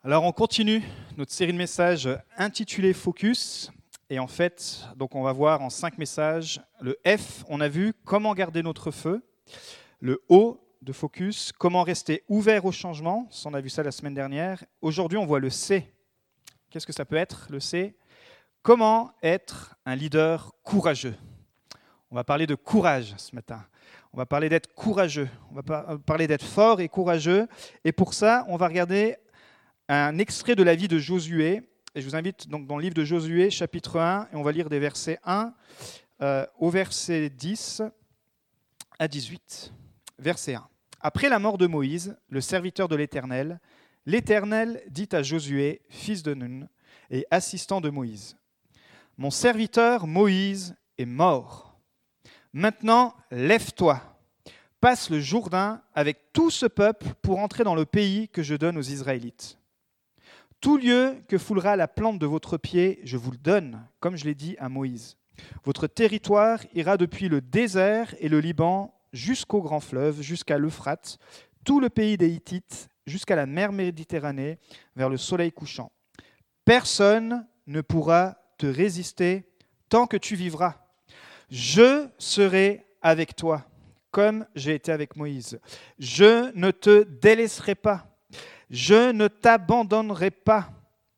Alors on continue notre série de messages intitulée Focus. Et en fait, donc on va voir en 5 messages. Le F, on a vu comment garder notre feu. Le O de Focus, comment rester ouvert au changement. On a vu ça la semaine dernière. Aujourd'hui, on voit le C. Qu'est-ce que ça peut être, le C? Comment être un leader courageux. On va parler de courage ce matin. On va parler d'être courageux. On va parler d'être fort et courageux. Et pour ça, on va regarder un extrait de la vie de Josué. Et je vous invite donc dans le livre de Josué, chapitre 1, et on va lire des versets 1 au verset 10 à 18. Verset 1. Après la mort de Moïse, le serviteur de l'Éternel, l'Éternel dit à Josué, fils de Nun, et assistant de Moïse, « Mon serviteur Moïse est mort. Maintenant, lève-toi, passe le Jourdain avec tout ce peuple pour entrer dans le pays que je donne aux Israélites. Tout lieu que foulera la plante de votre pied, je vous le donne, comme je l'ai dit à Moïse. Votre territoire ira depuis le désert et le Liban jusqu'au grand fleuve, jusqu'à l'Euphrate, tout le pays des Hittites, jusqu'à la mer Méditerranée, vers le soleil couchant. Personne ne pourra te résister tant que tu vivras. Je serai avec toi, comme j'ai été avec Moïse. Je ne te délaisserai pas. Je ne t'abandonnerai pas.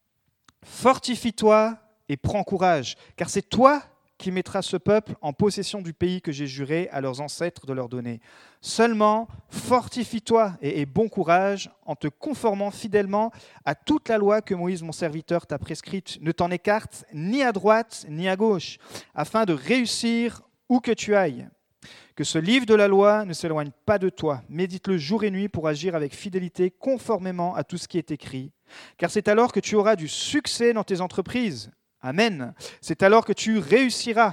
Fortifie-toi et prends courage, car c'est toi qui mettras ce peuple en possession du pays que j'ai juré à leurs ancêtres de leur donner. Seulement, fortifie-toi et aie bon courage en te conformant fidèlement à toute la loi que Moïse, mon serviteur, t'a prescrite. Ne t'en écarte ni à droite ni à gauche, afin de réussir où que tu ailles. Que ce livre de la loi ne s'éloigne pas de toi. Médite-le jour et nuit pour agir avec fidélité, conformément à tout ce qui est écrit. Car c'est alors que tu auras du succès dans tes entreprises. Amen. C'est alors que tu réussiras.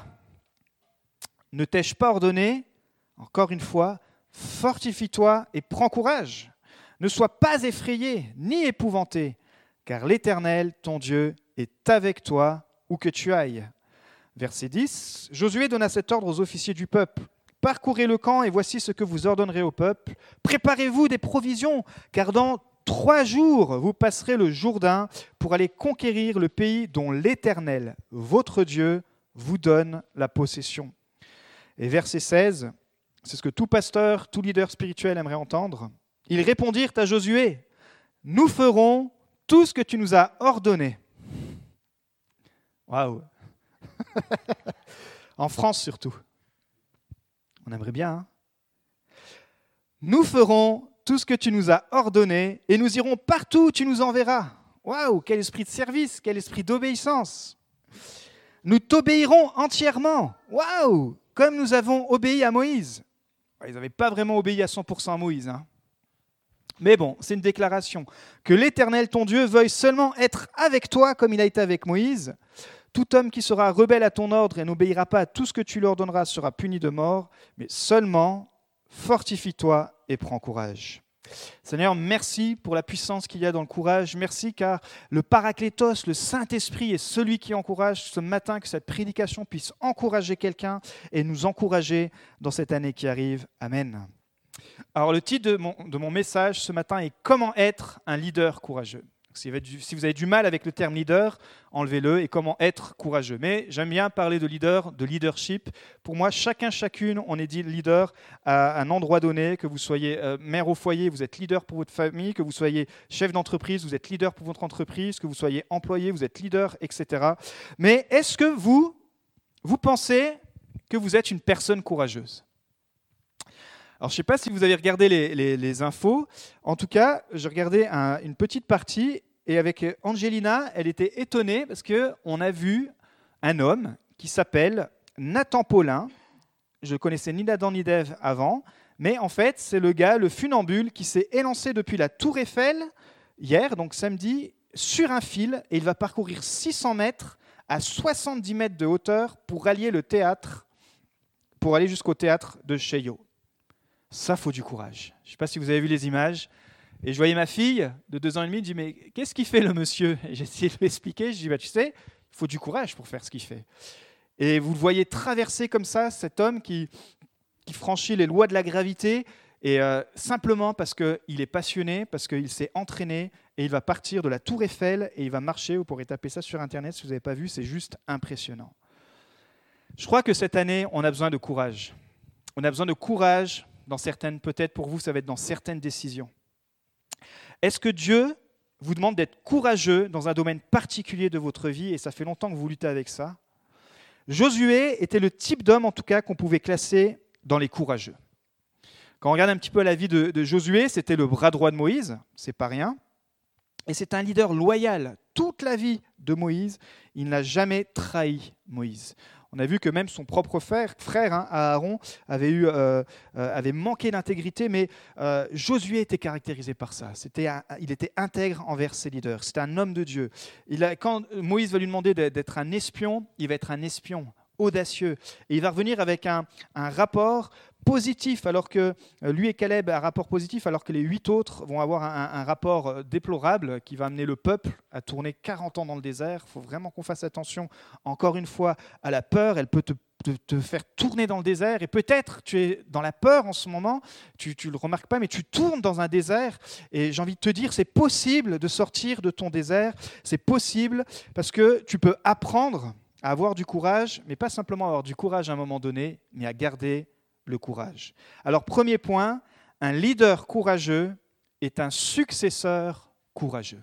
Ne t'ai-je pas ordonné, encore une fois, fortifie-toi et prends courage. Ne sois pas effrayé ni épouvanté, car l'Éternel, ton Dieu, est avec toi où que tu ailles. Verset 10. Josué donna cet ordre aux officiers du peuple. Parcourez le camp et voici ce que vous ordonnerez au peuple. Préparez-vous des provisions, car dans 3 jours, vous passerez le Jourdain pour aller conquérir le pays dont l'Éternel, votre Dieu, vous donne la possession. Et verset 16, c'est ce que tout pasteur, tout leader spirituel aimerait entendre. Ils répondirent à Josué, « Nous ferons tout ce que tu nous as ordonné. » Waouh. En France surtout. On aimerait bien, hein? Nous ferons tout ce que tu nous as ordonné et nous irons partout où tu nous enverras. Waouh, quel esprit de service, quel esprit d'obéissance. Nous t'obéirons entièrement. Waouh, comme nous avons obéi à Moïse. Ils n'avaient pas vraiment obéi à 100% à Moïse, hein. Mais bon, c'est une déclaration. Que l'Éternel, ton Dieu, veuille seulement être avec toi comme il a été avec Moïse. Tout homme qui sera rebelle à ton ordre et n'obéira pas à tout ce que tu lui ordonneras sera puni de mort, mais seulement fortifie-toi et prends courage. Seigneur, merci pour la puissance qu'il y a dans le courage. Merci car le Paraclétos, le Saint-Esprit est celui qui encourage ce matin, que cette prédication puisse encourager quelqu'un et nous encourager dans cette année qui arrive. Amen. Alors le titre de mon message ce matin est « Comment être un leader courageux ?» Si vous avez du mal avec le terme leader, enlevez-le, et comment être courageux. Mais j'aime bien parler de leader, de leadership. Pour moi, chacune, on est dit leader à un endroit donné, que vous soyez mère au foyer, vous êtes leader pour votre famille, que vous soyez chef d'entreprise, vous êtes leader pour votre entreprise, que vous soyez employé, vous êtes leader, etc. Mais est-ce que vous pensez que vous êtes une personne courageuse ? Alors, je ne sais pas si vous avez regardé les infos. En tout cas, j'ai regardé une petite partie et avec Angelina, elle était étonnée parce qu'on a vu un homme qui s'appelle Nathan Paulin. Je ne connaissais ni Adam ni Dave avant, mais en fait, c'est le gars, le funambule, qui s'est élancé depuis la Tour Eiffel hier, donc samedi, sur un fil, et il va parcourir 600 mètres à 70 mètres de hauteur pour rallier le théâtre, pour aller jusqu'au théâtre de Chaillot. Ça, faut du courage. Je ne sais pas si vous avez vu les images. Et je voyais ma fille de 2 ans et demi, je dis « Mais qu'est-ce qu'il fait le monsieur ?» Et j'ai essayé de lui expliquer. Je dis « Tu sais, il faut du courage pour faire ce qu'il fait. » Et vous le voyez traverser comme ça, cet homme qui franchit les lois de la gravité, et simplement parce qu'il est passionné, parce qu'il s'est entraîné, et il va partir de la tour Eiffel et il va marcher. Vous pourrez taper ça sur Internet si vous n'avez pas vu, c'est juste impressionnant. Je crois que cette année, on a besoin de courage. On a besoin de courage dans certaines, peut-être pour vous, ça va être dans certaines décisions. Est-ce que Dieu vous demande d'être courageux dans un domaine particulier de votre vie, et ça fait longtemps que vous luttez avec ça? Josué était le type d'homme, en tout cas, qu'on pouvait classer dans les courageux. Quand on regarde un petit peu la vie de Josué, c'était le bras droit de Moïse, c'est pas rien. Et c'est un leader loyal. Toute la vie de Moïse, il n'a jamais trahi Moïse. On a vu que même son propre frère Aaron, avait manqué d'intégrité, mais Josué était caractérisé par ça. Il était intègre envers ses leaders. C'était un homme de Dieu. Quand Moïse va lui demander d'être un espion, il va être un espion audacieux. Et il va revenir avec un rapport positif, alors que lui et Caleb un rapport positif, alors que les 8 autres vont avoir un rapport déplorable qui va amener le peuple à tourner 40 ans dans le désert. Il faut vraiment qu'on fasse attention, encore une fois, à la peur. Elle peut te faire tourner dans le désert, et peut-être tu es dans la peur en ce moment, tu ne le remarques pas, mais tu tournes dans un désert, et j'ai envie de te dire, c'est possible de sortir de ton désert, c'est possible, parce que tu peux apprendre à avoir du courage, mais pas simplement avoir du courage à un moment donné, mais à garder le courage. Alors, premier point, un leader courageux est un successeur courageux.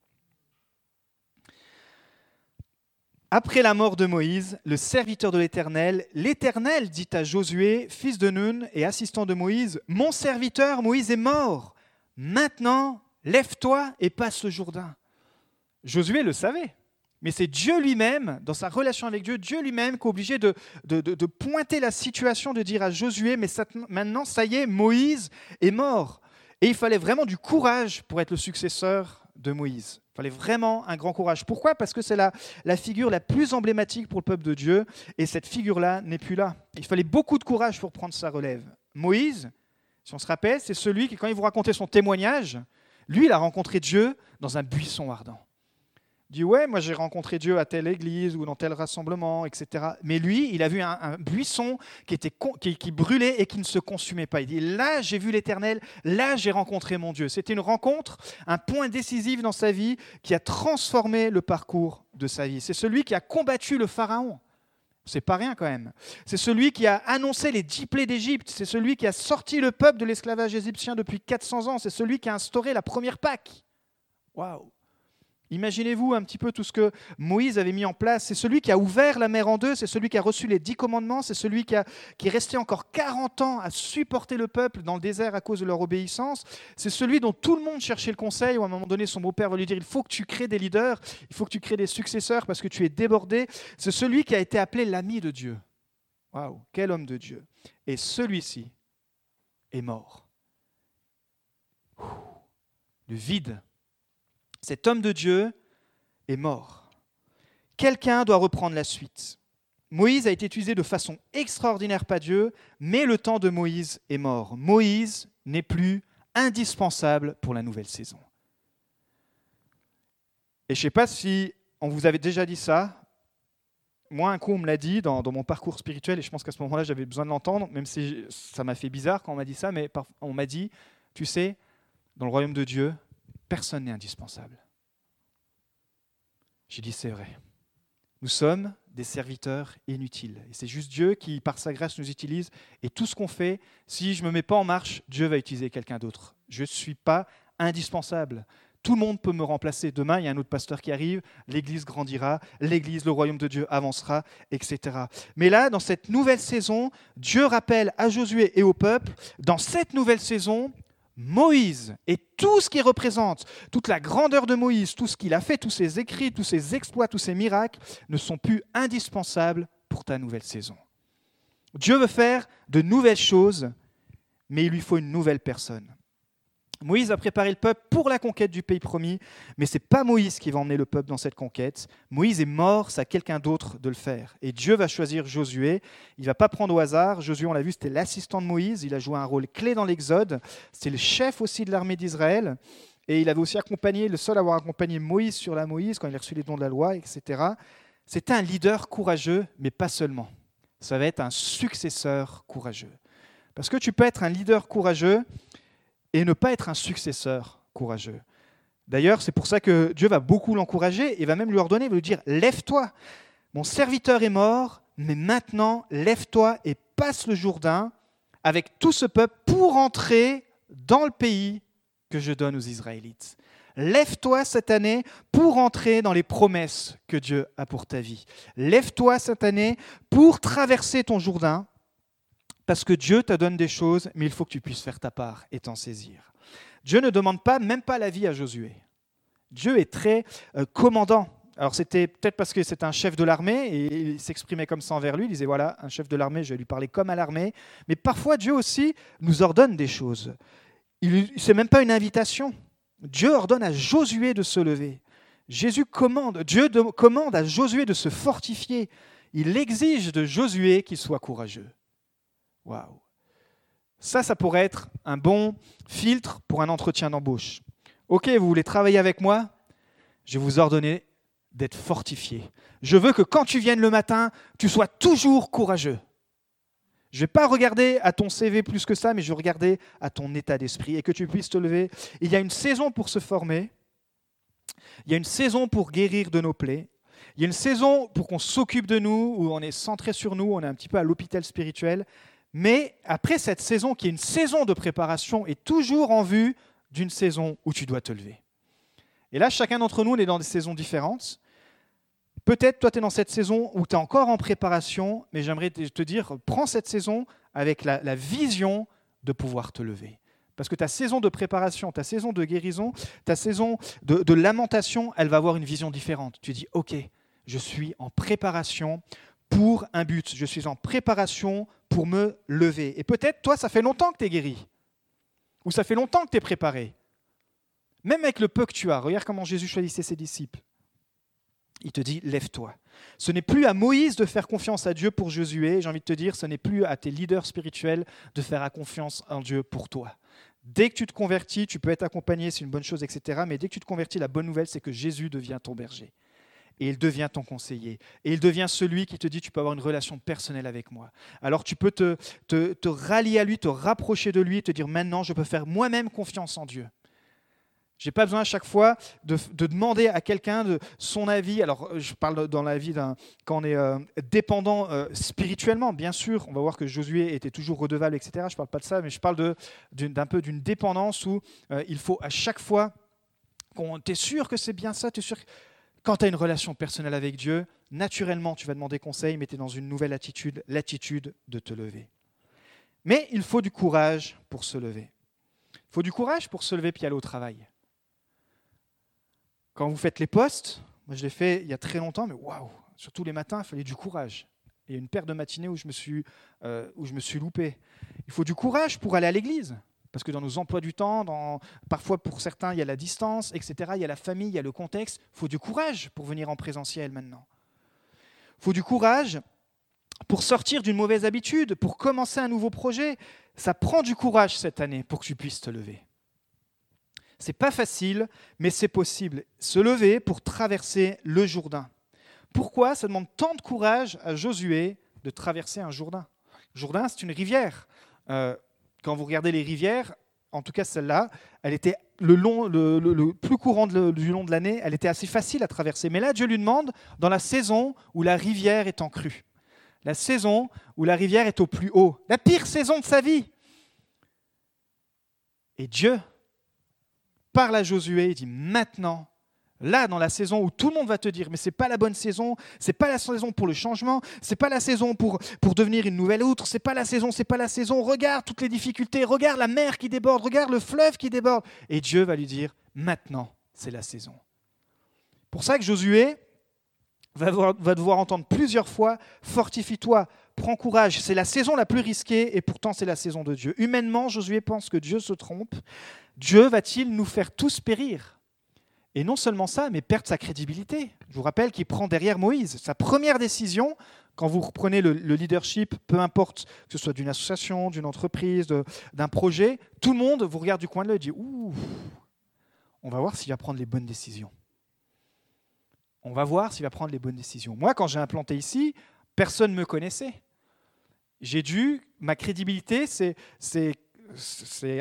Après la mort de Moïse, le serviteur de l'Éternel dit à Josué, fils de Nun et assistant de Moïse, « Mon serviteur Moïse est mort. Maintenant, lève-toi et passe le Jourdain. » Josué le savait. Mais c'est Dieu lui-même, dans sa relation avec Dieu, Dieu lui-même qui est obligé de pointer la situation, de dire à Josué, mais maintenant, ça y est, Moïse est mort. Et il fallait vraiment du courage pour être le successeur de Moïse. Il fallait vraiment un grand courage. Pourquoi ? Parce que c'est la figure la plus emblématique pour le peuple de Dieu, et cette figure-là n'est plus là. Il fallait beaucoup de courage pour prendre sa relève. Moïse, si on se rappelle, c'est celui qui, quand il vous racontait son témoignage, lui, il a rencontré Dieu dans un buisson ardent. Il dit, ouais, moi j'ai rencontré Dieu à telle église ou dans tel rassemblement, etc. Mais lui, il a vu un buisson qui brûlait et qui ne se consumait pas. Il dit, là j'ai vu l'Éternel, là j'ai rencontré mon Dieu. C'était une rencontre, un point décisif dans sa vie qui a transformé le parcours de sa vie. C'est celui qui a combattu le Pharaon. C'est pas rien quand même. C'est celui qui a annoncé les 10 plaies d'Égypte. C'est celui qui a sorti le peuple de l'esclavage égyptien depuis 400 ans. C'est celui qui a instauré la première Pâque. Waouh! Imaginez-vous un petit peu tout ce que Moïse avait mis en place. C'est celui qui a ouvert la mer en deux, c'est celui qui a reçu les 10 commandements, c'est celui qui est resté encore 40 ans à supporter le peuple dans le désert à cause de leur obéissance. C'est celui dont tout le monde cherchait le conseil, où à un moment donné, son beau-père va lui dire « Il faut que tu crées des leaders, il faut que tu crées des successeurs parce que tu es débordé. » C'est celui qui a été appelé l'ami de Dieu. Waouh, quel homme de Dieu. Et celui-ci est mort. Le vide. Cet homme de Dieu est mort. Quelqu'un doit reprendre la suite. Moïse a été utilisé de façon extraordinaire par Dieu, mais le temps de Moïse est mort. Moïse n'est plus indispensable pour la nouvelle saison. Et je ne sais pas si on vous avait déjà dit ça. Moi, un coup, on me l'a dit dans mon parcours spirituel, et je pense qu'à ce moment-là, j'avais besoin de l'entendre, même si ça m'a fait bizarre quand on m'a dit ça, mais on m'a dit, tu sais, dans le royaume de Dieu, personne n'est indispensable. J'ai dit, c'est vrai. Nous sommes des serviteurs inutiles. Et c'est juste Dieu qui, par sa grâce, nous utilise. Et tout ce qu'on fait, si je ne me mets pas en marche, Dieu va utiliser quelqu'un d'autre. Je ne suis pas indispensable. Tout le monde peut me remplacer. Demain, il y a un autre pasteur qui arrive, l'Église grandira, l'Église, le royaume de Dieu avancera, etc. Mais là, dans cette nouvelle saison, Dieu rappelle à Josué et au peuple, dans cette nouvelle saison, Moïse et tout ce qu'il représente, toute la grandeur de Moïse, tout ce qu'il a fait, tous ses écrits, tous ses exploits, tous ses miracles, ne sont plus indispensables pour ta nouvelle saison. Dieu veut faire de nouvelles choses, mais il lui faut une nouvelle personne. Moïse a préparé le peuple pour la conquête du pays promis, mais ce n'est pas Moïse qui va emmener le peuple dans cette conquête. Moïse est mort, c'est à quelqu'un d'autre de le faire. Et Dieu va choisir Josué. Il ne va pas prendre au hasard. Josué, on l'a vu, c'était l'assistant de Moïse. Il a joué un rôle clé dans l'Exode. C'était le chef aussi de l'armée d'Israël. Et il avait aussi accompagné, le seul à avoir accompagné Moïse sur la Moïse, quand il a reçu les dons de la loi, etc. C'était un leader courageux, mais pas seulement. Ça va être un successeur courageux. Parce que tu peux être un leader courageux et ne pas être un successeur courageux. D'ailleurs, c'est pour ça que Dieu va beaucoup l'encourager et va même lui ordonner, il va lui dire « Lève-toi, mon serviteur est mort, mais maintenant, lève-toi et passe le Jourdain avec tout ce peuple pour entrer dans le pays que je donne aux Israélites. Lève-toi cette année pour entrer dans les promesses que Dieu a pour ta vie. Lève-toi cette année pour traverser ton Jourdain, parce que Dieu te donne des choses, mais il faut que tu puisses faire ta part et t'en saisir. » Dieu ne demande pas, même pas l'avis à Josué. Dieu est très commandant. Alors c'était peut-être parce que c'est un chef de l'armée et il s'exprimait comme ça envers lui. Il disait voilà, un chef de l'armée, je vais lui parler comme à l'armée. Mais parfois Dieu aussi nous ordonne des choses. C'est même pas une invitation. Dieu ordonne à Josué de se lever. Dieu commande à Josué de se fortifier. Il exige de Josué qu'il soit courageux. Waouh! Ça pourrait être un bon filtre pour un entretien d'embauche. Ok, vous voulez travailler avec moi? Je vais vous ordonner d'être fortifié. Je veux que quand tu viennes le matin, tu sois toujours courageux. Je ne vais pas regarder à ton CV plus que ça, mais je vais regarder à ton état d'esprit et que tu puisses te lever. Il y a une saison pour se former. Il y a une saison pour guérir de nos plaies. Il y a une saison pour qu'on s'occupe de nous, où on est centré sur nous, on est un petit peu à l'hôpital spirituel. Mais après cette saison, qui est une saison de préparation, est toujours en vue d'une saison où tu dois te lever. Et là, chacun d'entre nous, on est dans des saisons différentes. Peut-être, toi, tu es dans cette saison où tu es encore en préparation, mais j'aimerais te dire, prends cette saison avec la vision de pouvoir te lever. Parce que ta saison de préparation, ta saison de guérison, ta saison de lamentation, elle va avoir une vision différente. Tu dis, ok, je suis en préparation pour un but. Je suis en préparation pour me lever. Et peut-être, toi, ça fait longtemps que tu es guéri. Ou ça fait longtemps que tu es préparé. Même avec le peu que tu as. Regarde comment Jésus choisissait ses disciples. Il te dit, lève-toi. Ce n'est plus à Moïse de faire confiance à Dieu pour Josué. J'ai envie de te dire, ce n'est plus à tes leaders spirituels de faire confiance en Dieu pour toi. Dès que tu te convertis, tu peux être accompagné, c'est une bonne chose, etc. Mais dès que tu te convertis, la bonne nouvelle, c'est que Jésus devient ton berger. Et il devient ton conseiller. Et il devient celui qui te dit, tu peux avoir une relation personnelle avec moi. Alors tu peux te rallier à lui, te rapprocher de lui et te dire, maintenant, je peux faire moi-même confiance en Dieu. Je n'ai pas besoin à chaque fois de demander à quelqu'un de son avis. Alors, je parle dans la vie quand on est dépendant spirituellement, bien sûr. On va voir que Josué était toujours redevable, etc. Je ne parle pas de ça, mais je parle d'un peu d'une dépendance où il faut à chaque fois tu es sûr que c'est bien ça, tu es sûr que quand tu as une relation personnelle avec Dieu, naturellement, tu vas demander conseil, mais tu es dans une nouvelle attitude, l'attitude de te lever. Mais il faut du courage pour se lever. Il faut du courage pour se lever puis aller au travail. Quand vous faites les postes, moi je l'ai fait il y a très longtemps, mais waouh, surtout les matins, il fallait du courage. Et il y a une paire de matinées où je me suis loupé. Il faut du courage pour aller à l'église. Parce que dans nos emplois du temps, parfois pour certains, il y a la distance, etc. Il y a la famille, il y a le contexte. Il faut du courage pour venir en présentiel maintenant. Il faut du courage pour sortir d'une mauvaise habitude, pour commencer un nouveau projet. Ça prend du courage cette année pour que tu puisses te lever. Ce n'est pas facile, mais c'est possible. Se lever pour traverser le Jourdain. Pourquoi ça demande tant de courage à Josué de traverser un Jourdain? Le Jourdain, c'est une rivière. Quand vous regardez les rivières, en tout cas celle-là, elle était le plus courant du long de l'année, elle était assez facile à traverser. Mais là, Dieu lui demande, dans la saison où la rivière est en crue, la saison où la rivière est au plus haut, la pire saison de sa vie. Et Dieu parle à Josué, il dit maintenant, là dans la saison où tout le monde va te dire mais c'est pas la bonne saison, c'est pas la saison pour le changement, c'est pas la saison pour devenir une nouvelle outre, c'est pas la saison, regarde toutes les difficultés, regarde la mer qui déborde, regarde le fleuve qui déborde. Et Dieu va lui dire maintenant c'est la saison. Pour ça que Josué va devoir entendre plusieurs fois fortifie-toi, prends courage, c'est la saison la plus risquée et pourtant c'est la saison de Dieu. Humainement, Josué pense que Dieu se trompe. Dieu va-t-il nous faire tous périr? Et non seulement ça, mais perdre sa crédibilité. Je vous rappelle qu'il prend derrière Moïse. Sa première décision, quand vous reprenez le leadership, peu importe que ce soit d'une association, d'une entreprise, d'un projet, tout le monde vous regarde du coin de l'œil et dit « Ouh, on va voir s'il va prendre les bonnes décisions. » On va voir s'il va prendre les bonnes décisions. Moi, quand j'ai implanté ici, personne ne me connaissait. Ma crédibilité, c'est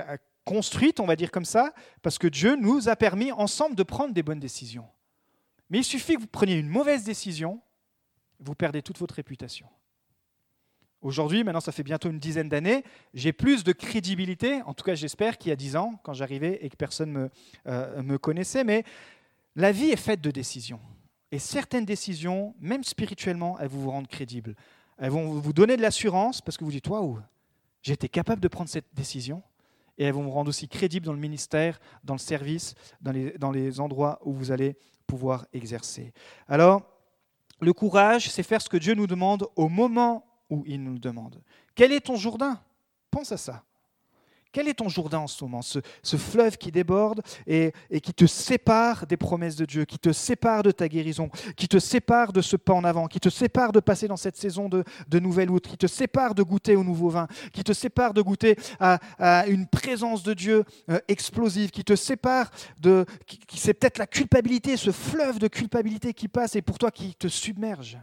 construite, on va dire comme ça, parce que Dieu nous a permis ensemble de prendre des bonnes décisions. Mais il suffit que vous preniez une mauvaise décision, vous perdez toute votre réputation. Aujourd'hui, maintenant ça fait bientôt une dizaine d'années, j'ai plus de crédibilité, en tout cas j'espère qu'il y a 10 ans, quand j'arrivais et que personne me connaissait, mais la vie est faite de décisions. Et certaines décisions, même spirituellement, elles vont vous rendre crédibles. Elles vont vous donner de l'assurance parce que vous dites « Waouh, j'ai été capable de prendre cette décision ». Et elles vont vous rendre aussi crédible dans le ministère, dans le service, dans les endroits où vous allez pouvoir exercer. Alors, le courage, c'est faire ce que Dieu nous demande au moment où il nous le demande. Quel est ton Jourdain ? Pense à ça. Quel est ton Jourdain en ce moment ? Ce fleuve qui déborde et qui te sépare des promesses de Dieu, qui te sépare de ta guérison, qui te sépare de ce pas en avant, qui te sépare de passer dans cette saison de nouvelle outre, qui te sépare de goûter au nouveau vin, qui te sépare de goûter à une présence de Dieu explosive, qui te sépare c'est peut-être la culpabilité, ce fleuve de culpabilité qui passe et pour toi qui te submerge.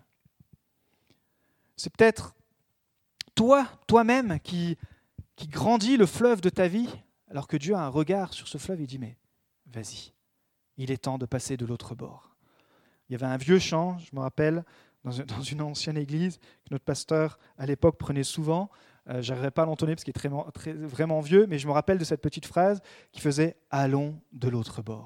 C'est peut-être toi-même qui grandit le fleuve de ta vie, alors que Dieu a un regard sur ce fleuve et dit « Mais vas-y, il est temps de passer de l'autre bord. » Il y avait un vieux chant, je me rappelle, dans une ancienne église, que notre pasteur à l'époque prenait souvent. Je n'arriverai pas à l'entonner parce qu'il est vraiment vieux, mais je me rappelle de cette petite phrase qui faisait « Allons de l'autre bord. »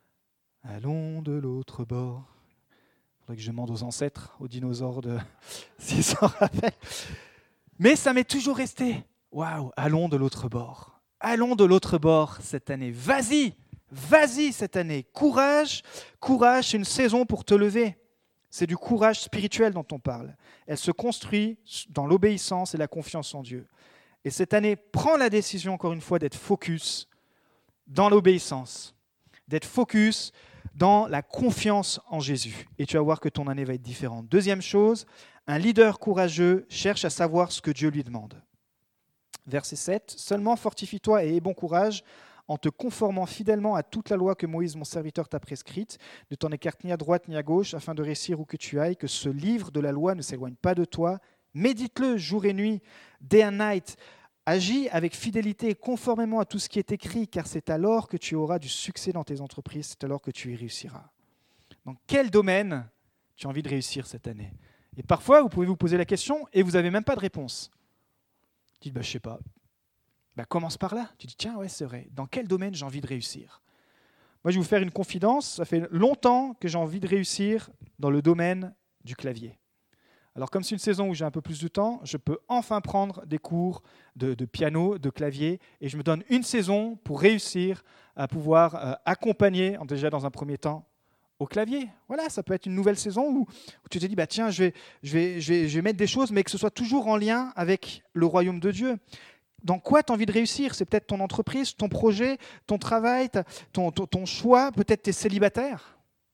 Allons de l'autre bord. Il faudrait que je demande aux ancêtres, aux dinosaures, s'ils s'en rappellent. Mais ça m'est toujours resté. Waouh, allons de l'autre bord. Allons de l'autre bord cette année. Vas-y cette année. Courage, c'est une saison pour te lever. C'est du courage spirituel dont on parle. Elle se construit dans l'obéissance et la confiance en Dieu. Et cette année, prends la décision, encore une fois, d'être focus dans l'obéissance, d'être focus dans la confiance en Jésus. Et tu vas voir que ton année va être différente. Deuxième chose, un leader courageux cherche à savoir ce que Dieu lui demande. Verset 7, « Seulement fortifie-toi et aie bon courage en te conformant fidèlement à toute la loi que Moïse, mon serviteur, t'a prescrite. Ne t'en écarte ni à droite ni à gauche, afin de réussir où que tu ailles, que ce livre de la loi ne s'éloigne pas de toi. Médite-le jour et nuit, day and night. Agis avec fidélité et conformément à tout ce qui est écrit, car c'est alors que tu auras du succès dans tes entreprises, c'est alors que tu y réussiras. » Dans quel domaine tu as envie de réussir cette année ? Et parfois, vous pouvez vous poser la question et vous n'avez même pas de réponse. Tu dis, je ne sais pas. Commence par là. Tu dis, tiens, ouais, c'est vrai. Dans quel domaine j'ai envie de réussir ? Moi, je vais vous faire une confidence. Ça fait longtemps que j'ai envie de réussir dans le domaine du clavier. Alors, comme c'est une saison où j'ai un peu plus de temps, je peux enfin prendre des cours de piano, de clavier, et je me donne une saison pour réussir à pouvoir accompagner, déjà dans un premier temps, au clavier. Voilà, ça peut être une nouvelle saison où tu te dis, tiens, je vais mettre des choses, mais que ce soit toujours en lien avec le royaume de Dieu. Dans quoi tu as envie de réussir ? C'est peut-être ton entreprise, ton projet, ton travail, ton choix, peut-être tu es célibataire.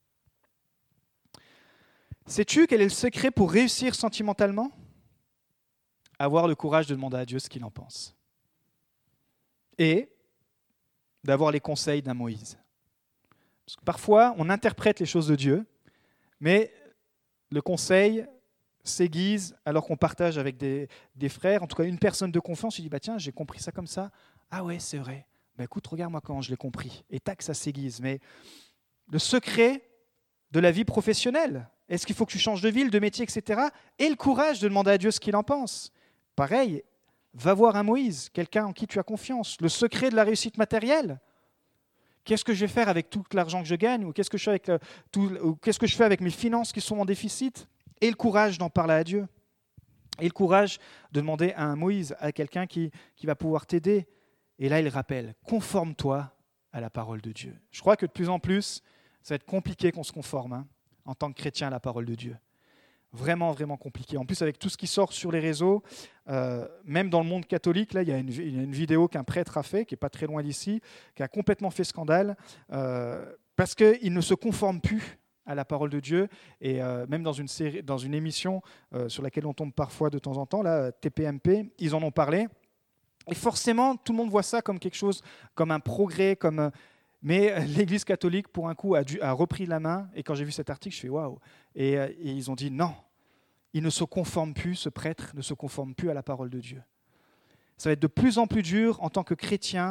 Sais-tu quel est le secret pour réussir sentimentalement ? Avoir le courage de demander à Dieu ce qu'il en pense. Et d'avoir les conseils d'un Moïse. Parce que parfois, on interprète les choses de Dieu, mais le conseil s'aiguise alors qu'on partage avec des frères, en tout cas une personne de confiance, il dit tiens, j'ai compris ça comme ça. Ah ouais, c'est vrai. Écoute, regarde-moi comment je l'ai compris. Et tac, ça s'aiguise. Mais le secret de la vie professionnelle, est-ce qu'il faut que tu changes de ville, de métier, etc. Et le courage de demander à Dieu ce qu'il en pense. Pareil, va voir un Moïse, quelqu'un en qui tu as confiance. Le secret de la réussite matérielle. Qu'est-ce que je vais faire avec tout l'argent que je gagne ? Ou qu'est-ce que je fais avec mes finances qui sont en déficit ? Et le courage d'en parler à Dieu. Et le courage de demander à un Moïse, à quelqu'un qui va pouvoir t'aider. Et là, il rappelle, conforme-toi à la parole de Dieu. Je crois que de plus en plus, ça va être compliqué qu'on se conforme en tant que chrétien à la parole de Dieu. Vraiment, vraiment compliqué. En plus, avec tout ce qui sort sur les réseaux, même dans le monde catholique, là, il y a une vidéo qu'un prêtre a fait, qui n'est pas très loin d'ici, qui a complètement fait scandale, parce qu'il ne se conforme plus à la parole de Dieu. Et même dans une émission sur laquelle on tombe parfois de temps en temps, là, TPMP, ils en ont parlé. Et forcément, tout le monde voit ça comme quelque chose, comme un progrès, mais l'Église catholique, pour un coup, a repris la main. Et quand j'ai vu cet article, je fais waouh. Et ils ont dit non, il ne se conforme plus, ce prêtre ne se conforme plus à la parole de Dieu. Ça va être de plus en plus dur en tant que chrétien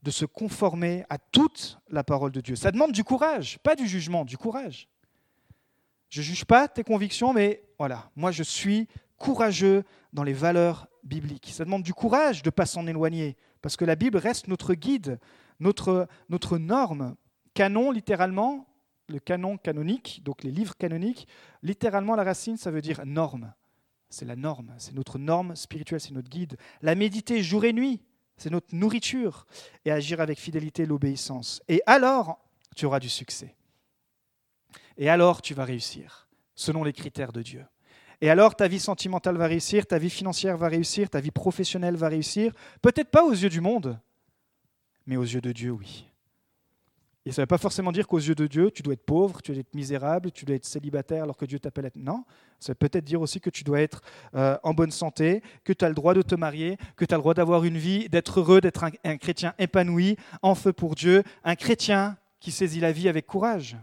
de se conformer à toute la parole de Dieu. Ça demande du courage, pas du jugement, du courage. Je ne juge pas tes convictions, mais voilà, moi je suis courageux dans les valeurs bibliques. Ça demande du courage de ne pas s'en éloigner, parce que la Bible reste notre guide, notre norme. Canon, littéralement, le canon canonique, donc les livres canoniques, littéralement la racine, ça veut dire norme. C'est la norme, c'est notre norme spirituelle, c'est notre guide. La méditer jour et nuit, c'est notre nourriture. Et agir avec fidélité, l'obéissance. Et alors, tu auras du succès. Et alors, tu vas réussir, selon les critères de Dieu. Et alors, ta vie sentimentale va réussir, ta vie financière va réussir, ta vie professionnelle va réussir. Peut-être pas aux yeux du monde, mais aux yeux de Dieu, oui. Et ça ne veut pas forcément dire qu'aux yeux de Dieu, tu dois être pauvre, tu dois être misérable, tu dois être célibataire alors que Dieu t'appelle à être... Non, ça veut peut-être dire aussi que tu dois être en bonne santé, que tu as le droit de te marier, que tu as le droit d'avoir une vie, d'être heureux, d'être un chrétien épanoui, en feu pour Dieu, un chrétien qui saisit la vie avec courage.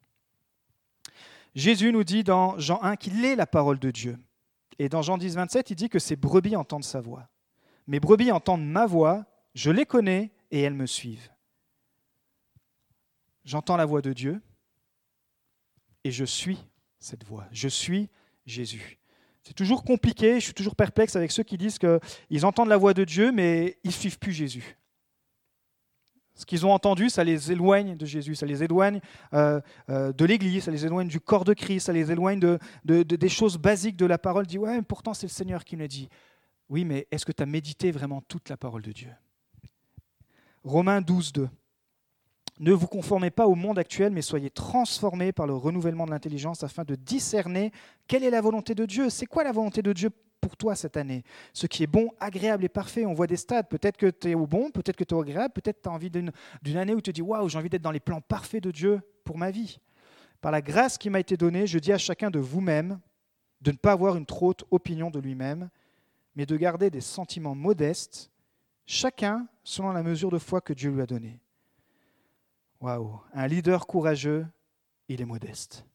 Jésus nous dit dans Jean 1 qu'il est la parole de Dieu. Et dans Jean 10, 27, il dit que ses brebis entendent sa voix. Mes brebis entendent ma voix, je les connais et elles me suivent. J'entends la voix de Dieu et je suis cette voix. Je suis Jésus. C'est toujours compliqué, je suis toujours perplexe avec ceux qui disent qu'ils entendent la voix de Dieu, mais ils ne suivent plus Jésus. Ce qu'ils ont entendu, ça les éloigne de Jésus, ça les éloigne de l'Église, ça les éloigne du corps de Christ, ça les éloigne des choses basiques de la parole. Dit, ouais, mais pourtant c'est le Seigneur qui me l'a dit. Oui, mais est-ce que tu as médité vraiment toute la parole de Dieu ? Romains 12, 2. Ne vous conformez pas au monde actuel, mais soyez transformés par le renouvellement de l'intelligence afin de discerner quelle est la volonté de Dieu. C'est quoi la volonté de Dieu pour toi cette année? Ce qui est bon, agréable et parfait. On voit des stades. Peut-être que tu es au bon, peut-être que tu es au agréable, peut-être que tu as envie d'une année où tu te dis « Waouh, j'ai envie d'être dans les plans parfaits de Dieu pour ma vie. » Par la grâce qui m'a été donnée, je dis à chacun de vous-même de ne pas avoir une trop haute opinion de lui-même, mais de garder des sentiments modestes, chacun selon la mesure de foi que Dieu lui a donnée. Waouh, un leader courageux, il est modeste.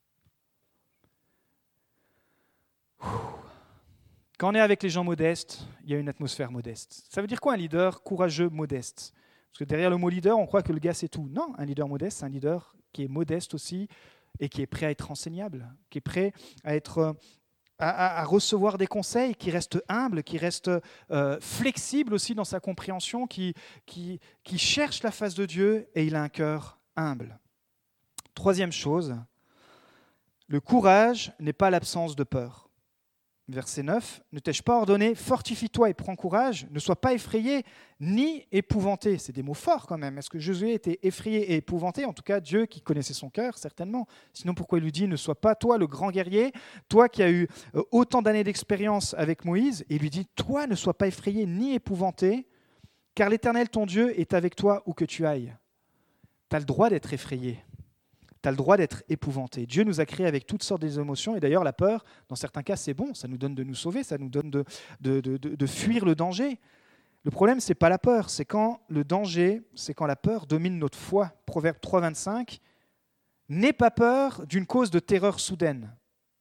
Quand on est avec les gens modestes, il y a une atmosphère modeste. Ça veut dire quoi un leader courageux, modeste? Parce que derrière le mot leader, on croit que le gars c'est tout. Non, un leader modeste, c'est un leader qui est modeste aussi et qui est prêt à être enseignable, qui est prêt à être... À recevoir des conseils, qui reste humble, qui reste flexible aussi dans sa compréhension, qui cherche la face de Dieu et il a un cœur humble. Troisième chose, le courage n'est pas l'absence de peur. Verset 9, « Ne t'ai-je pas ordonné, fortifie-toi et prends courage, ne sois pas effrayé ni épouvanté. » C'est des mots forts quand même. Est-ce que Josué était effrayé et épouvanté? En tout cas, Dieu qui connaissait son cœur, certainement. Sinon, pourquoi il lui dit « Ne sois pas toi le grand guerrier, toi qui as eu autant d'années d'expérience avec Moïse ?» Et il lui dit « Toi, ne sois pas effrayé ni épouvanté, car l'Éternel, ton Dieu, est avec toi où que tu ailles. » Tu as le droit d'être effrayé. Tu as le droit d'être épouvanté. Dieu nous a créés avec toutes sortes d'émotions. Et d'ailleurs, la peur, dans certains cas, c'est bon. Ça nous donne de nous sauver, ça nous donne de fuir le danger. Le problème, ce n'est pas la peur. C'est quand le danger, c'est quand la peur domine notre foi. Proverbe 3, 25. « N'aie pas peur d'une cause de terreur soudaine,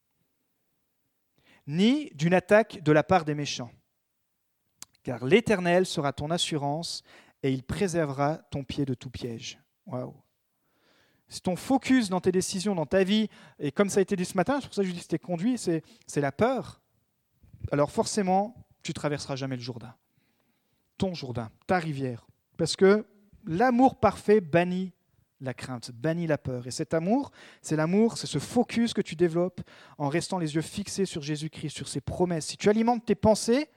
ni d'une attaque de la part des méchants. Car l'Éternel sera ton assurance et il préservera ton pied de tout piège. » Waouh! Si ton focus dans tes décisions, dans ta vie, et comme ça a été dit ce matin, c'est pour ça que je dis que c'était conduit, c'est la peur, alors forcément, tu ne traverseras jamais le Jourdain. Ton Jourdain, ta rivière. Parce que l'amour parfait bannit la crainte, bannit la peur. Et cet amour, c'est ce focus que tu développes en restant les yeux fixés sur Jésus-Christ, sur ses promesses. Si tu alimentes tes pensées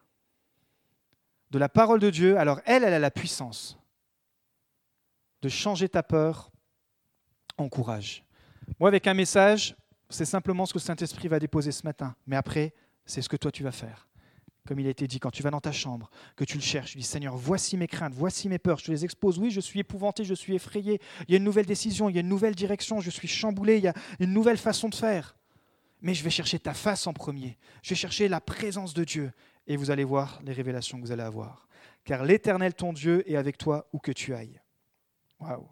de la parole de Dieu, alors elle a la puissance de changer ta peur en courage. Moi, avec un message, c'est simplement ce que le Saint-Esprit va déposer ce matin. Mais après, c'est ce que toi, tu vas faire. Comme il a été dit, quand tu vas dans ta chambre, que tu le cherches, tu dis, Seigneur, voici mes craintes, voici mes peurs, je te les expose. Oui, je suis épouvanté, je suis effrayé. Il y a une nouvelle décision, il y a une nouvelle direction, je suis chamboulé, il y a une nouvelle façon de faire. Mais je vais chercher ta face en premier. Je vais chercher la présence de Dieu. Et vous allez voir les révélations que vous allez avoir. Car l'Éternel, ton Dieu, est avec toi où que tu ailles. Waouh!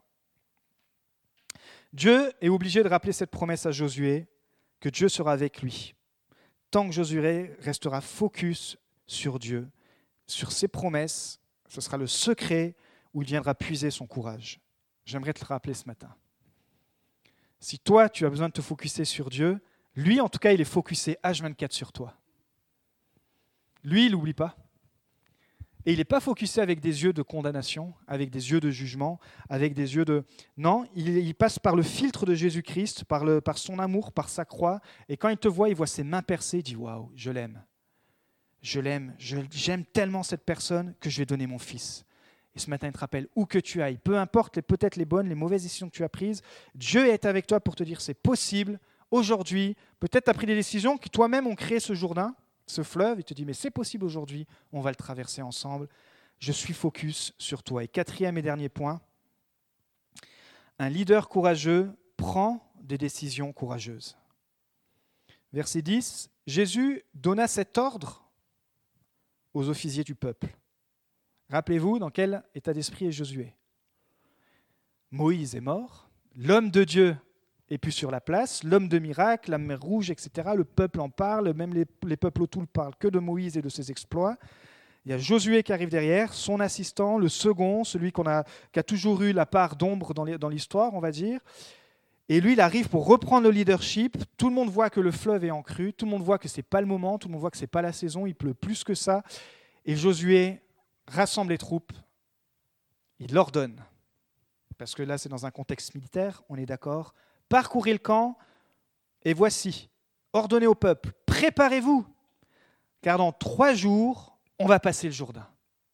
Dieu est obligé de rappeler cette promesse à Josué, que Dieu sera avec lui. Tant que Josué restera focus sur Dieu, sur ses promesses, ce sera le secret où il viendra puiser son courage. J'aimerais te le rappeler ce matin. Si toi, tu as besoin de te focusser sur Dieu, lui, en tout cas, il est focusé H24 sur toi. Lui, il n'oublie pas. Et il n'est pas focusé avec des yeux de condamnation, avec des yeux de jugement, avec des yeux de... Non, il passe par le filtre de Jésus-Christ, par son amour, par sa croix. Et quand il te voit, il voit ses mains percées, il dit « Waouh, je l'aime. J'aime tellement cette personne que je vais donner mon fils. » Et ce matin, il te rappelle, où que tu ailles, peu importe peut-être les bonnes, les mauvaises décisions que tu as prises, Dieu est avec toi pour te dire « C'est possible, aujourd'hui. » Peut-être tu as pris des décisions qui toi-même ont créé ce Jourdain, ce fleuve, il te dit, mais c'est possible aujourd'hui, on va le traverser ensemble. Je suis focus sur toi. Et quatrième et dernier point, un leader courageux prend des décisions courageuses. Verset 10, Jésus donna cet ordre aux officiers du peuple. Rappelez-vous dans quel état d'esprit est Josué. Moïse est mort, l'homme de Dieu est plus sur la place, l'homme de miracle, la mer rouge, etc. Le peuple en parle, même les peuples autour ne parlent que de Moïse et de ses exploits. Il y a Josué qui arrive derrière, son assistant, le second, celui qui a toujours eu la part d'ombre dans l'histoire, on va dire. Et lui, il arrive pour reprendre le leadership. Tout le monde voit que le fleuve est en crue, tout le monde voit que ce n'est pas le moment, tout le monde voit que ce n'est pas la saison, il pleut plus que ça. Et Josué rassemble les troupes, il l'ordonne. Parce que là, c'est dans un contexte militaire, on est d'accord. Parcourez le camp, et voici, ordonnez au peuple, préparez-vous, car dans 3 jours, on va passer le Jourdain.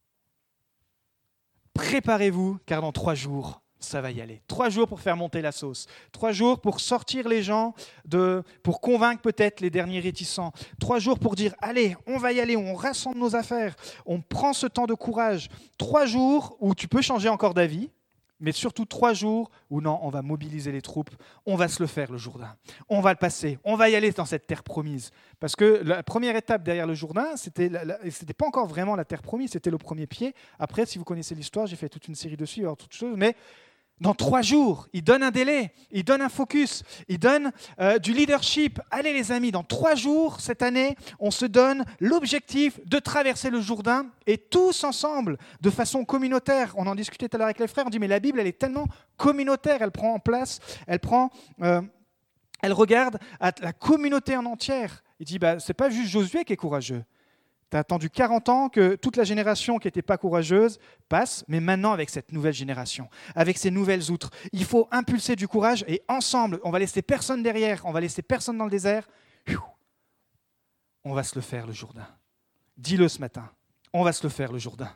Préparez-vous, car dans 3 jours, ça va y aller. 3 jours pour faire monter la sauce. 3 jours pour sortir les gens, pour convaincre peut-être les derniers réticents. 3 jours pour dire, allez, on va y aller, on rassemble nos affaires, on prend ce temps de courage. 3 jours où tu peux changer encore d'avis, mais surtout 3 jours où non, on va mobiliser les troupes, on va se le faire le Jourdain, on va le passer, on va y aller dans cette terre promise. Parce que la première étape derrière le Jourdain, c'était pas encore vraiment la terre promise, c'était le premier pied. Après, si vous connaissez l'histoire, j'ai fait toute une série dessus, alors toutes choses, mais dans 3 jours, il donne un délai, il donne un focus, il donne du leadership. Allez les amis, dans 3 jours, cette année, on se donne l'objectif de traverser le Jourdain et tous ensemble, de façon communautaire. On en discutait tout à l'heure avec les frères, on dit mais la Bible, elle est tellement communautaire, elle prend en place, elle regarde à la communauté en entière. Il dit, c'est pas juste Josué qui est courageux. Tu as attendu 40 ans que toute la génération qui n'était pas courageuse passe, mais maintenant avec cette nouvelle génération, avec ces nouvelles outres, il faut impulser du courage et ensemble, on va laisser personne derrière, on va laisser personne dans le désert. On va se le faire le Jourdain. Dis-le ce matin, on va se le faire le Jourdain.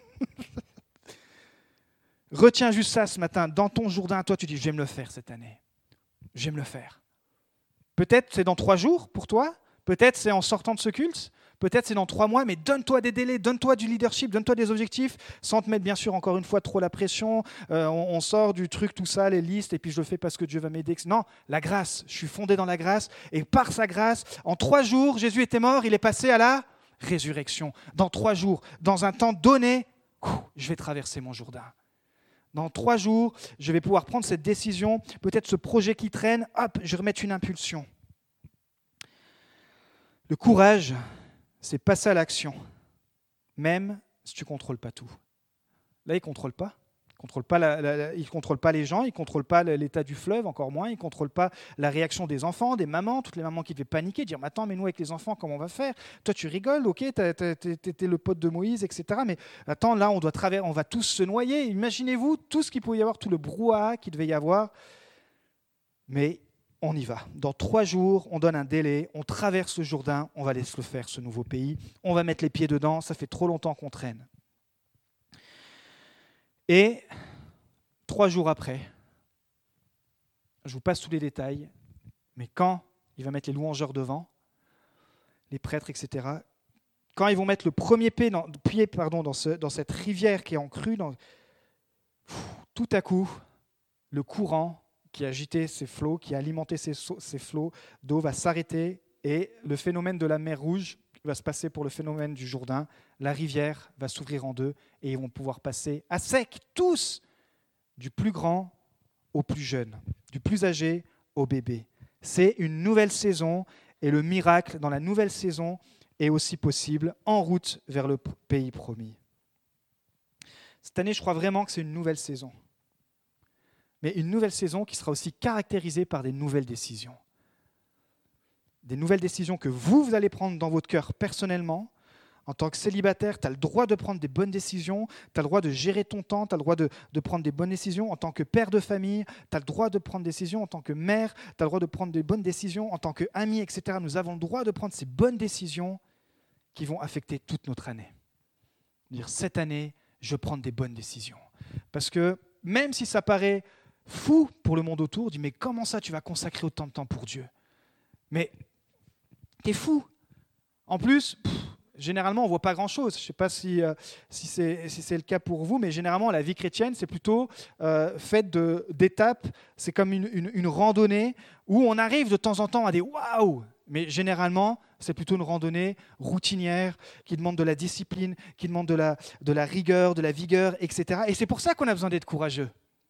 Retiens juste ça ce matin, dans ton Jourdain, toi tu dis, je vais me le faire cette année. Je vais me le faire. Peut-être c'est dans 3 jours pour toi, peut-être c'est en sortant de ce culte, peut-être c'est dans 3 mois, mais donne-toi des délais, donne-toi du leadership, donne-toi des objectifs, sans te mettre bien sûr encore une fois trop la pression. On sort du truc, tout ça, les listes, et puis je le fais parce que Dieu va m'aider. Non, la grâce, je suis fondé dans la grâce, et par sa grâce, en 3 jours, Jésus était mort, il est passé à la résurrection. Dans 3 jours, dans un temps donné, je vais traverser mon Jourdain. Dans 3 jours, je vais pouvoir prendre cette décision, peut-être ce projet qui traîne, hop, je vais remettre une impulsion. Le courage, c'est passer à l'action, même si tu ne contrôles pas tout. Là, il ne contrôle pas. Il ne contrôle pas les gens, il ne contrôle pas l'état du fleuve, encore moins. Il ne contrôle pas la réaction des enfants, des mamans, toutes les mamans qui devaient paniquer, dire « Attends, mais nous, avec les enfants, comment on va faire ? Toi, tu rigoles, ok, t'étais le pote de Moïse, etc. Mais attends, là, on va tous se noyer. » Imaginez-vous tout ce qu'il pouvait y avoir, tout le brouhaha qu'il devait y avoir. Mais on y va. Dans 3 jours, on donne un délai, on traverse le Jourdain, on va aller se le faire, ce nouveau pays. On va mettre les pieds dedans, ça fait trop longtemps qu'on traîne. Et 3 jours après, je vous passe tous les détails, mais quand il va mettre les louangeurs devant, les prêtres, etc., quand ils vont mettre le premier pied dans cette rivière qui est en crue, tout à coup, le courant qui agitait ces flots, qui alimentait ces flots d'eau va s'arrêter et le phénomène de la mer Rouge va se passer pour le phénomène du Jourdain. La rivière va s'ouvrir en 2 et ils vont pouvoir passer à sec, tous, du plus grand au plus jeune, du plus âgé au bébé. C'est une nouvelle saison et le miracle dans la nouvelle saison est aussi possible en route vers le pays promis. Cette année, je crois vraiment que c'est une nouvelle saison. Mais une nouvelle saison qui sera aussi caractérisée par des nouvelles décisions. Des nouvelles décisions que vous allez prendre dans votre cœur personnellement. En tant que célibataire, tu as le droit de prendre des bonnes décisions, tu as le droit de gérer ton temps, tu as le droit de prendre des bonnes décisions. En tant que père de famille, tu as le droit de prendre des décisions. En tant que mère, tu as le droit de prendre des bonnes décisions. En tant qu'ami, etc., nous avons le droit de prendre ces bonnes décisions qui vont affecter toute notre année. Dire, cette année, je prends des bonnes décisions. Parce que même si ça paraît fou pour le monde autour, dis, mais comment ça tu vas consacrer autant de temps pour Dieu? Mais t'es fou. En plus, généralement, on ne voit pas grand-chose. Je ne sais pas si c'est le cas pour vous, mais généralement, la vie chrétienne, c'est plutôt faite d'étapes. C'est comme une randonnée où on arrive de temps en temps à des « waouh ». Mais généralement, c'est plutôt une randonnée routinière qui demande de la discipline, qui demande de la rigueur, de la vigueur, etc. Et c'est pour ça qu'on a besoin d'être courageux.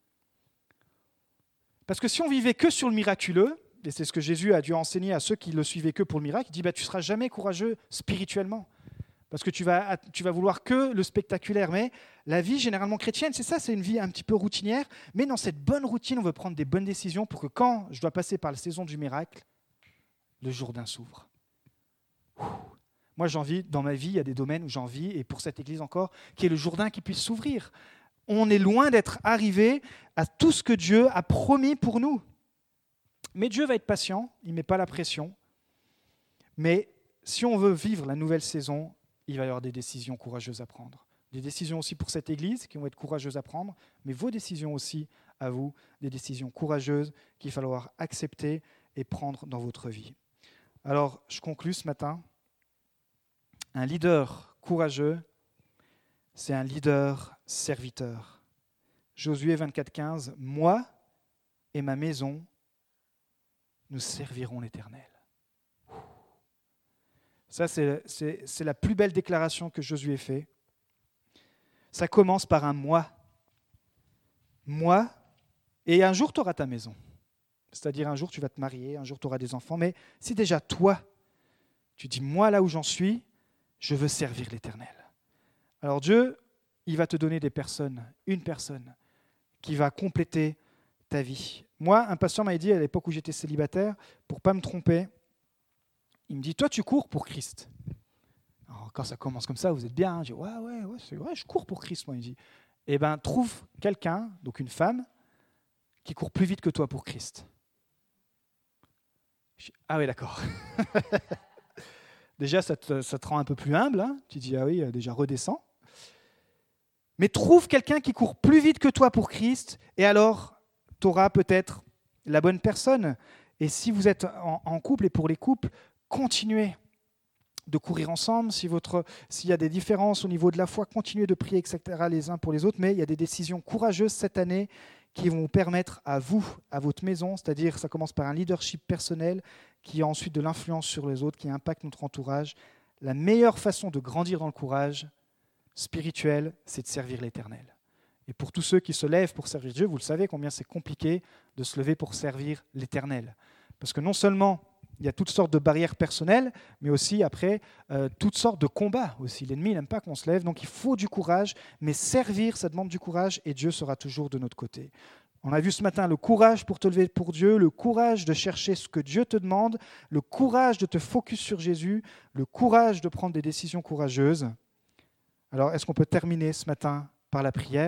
Parce que si on vivait que sur le miraculeux, et c'est ce que Jésus a dû enseigner à ceux qui le suivaient que pour le miracle, il dit tu ne seras jamais courageux spirituellement. Parce que tu vas vouloir que le spectaculaire. Mais la vie généralement chrétienne, c'est ça, c'est une vie un petit peu routinière. Mais dans cette bonne routine, on veut prendre des bonnes décisions pour que quand je dois passer par la saison du miracle, le Jourdain s'ouvre. Moi, j'envie, dans ma vie, il y a des domaines où j'envie, et pour cette église encore, qu'il y ait le Jourdain qui puisse s'ouvrir. On est loin d'être arrivé à tout ce que Dieu a promis pour nous. Mais Dieu va être patient, il ne met pas la pression. Mais si on veut vivre la nouvelle saison, il va y avoir des décisions courageuses à prendre. Des décisions aussi pour cette église qui vont être courageuses à prendre, mais vos décisions aussi à vous, des décisions courageuses qu'il va falloir accepter et prendre dans votre vie. Alors, je conclus ce matin. Un leader courageux, c'est un leader serviteur. Josué 24:15, « Moi et ma maison, nous servirons l'Éternel. » Ça, c'est la plus belle déclaration que Josué fait. Ça commence par un « moi ». Moi, et un jour, tu auras ta maison. C'est-à-dire, un jour, tu vas te marier, un jour, tu auras des enfants. Mais si déjà toi, tu dis « Moi, là où j'en suis, je veux servir l'Éternel. » Alors Dieu, il va te donner des personnes, une personne qui va compléter ta vie. Moi, un pasteur m'a dit à l'époque où j'étais célibataire, pour ne pas me tromper, il me dit, toi tu cours pour Christ. Alors, quand ça commence comme ça, vous êtes bien, je dis, ouais, c'est vrai, je cours pour Christ, moi. Il dit, eh bien, trouve quelqu'un, donc une femme, qui court plus vite que toi pour Christ. Je dis, ah oui, d'accord. Déjà, ça te rend un peu plus humble, hein. Tu dis, ah oui, déjà redescends. Mais trouve quelqu'un qui court plus vite que toi pour Christ, et alors, tu auras peut-être la bonne personne. Et si vous êtes en couple, et pour les couples, continuez de courir ensemble. S'il y a des différences au niveau de la foi, continuez de prier, etc., les uns pour les autres. Mais il y a des décisions courageuses cette année qui vont vous permettre à vous, à votre maison, c'est-à-dire ça commence par un leadership personnel qui a ensuite de l'influence sur les autres, qui impacte notre entourage. La meilleure façon de grandir dans le courage spirituel, c'est de servir l'Éternel. Et pour tous ceux qui se lèvent pour servir Dieu, vous le savez combien c'est compliqué de se lever pour servir l'Éternel. Parce que non seulement il y a toutes sortes de barrières personnelles, mais aussi après toutes sortes de combats aussi. L'ennemi n'aime pas qu'on se lève, donc il faut du courage, mais servir, ça demande du courage et Dieu sera toujours de notre côté. On a vu ce matin le courage pour te lever pour Dieu, le courage de chercher ce que Dieu te demande, le courage de te focus sur Jésus, le courage de prendre des décisions courageuses. Alors, est-ce qu'on peut terminer ce matin par la prière ?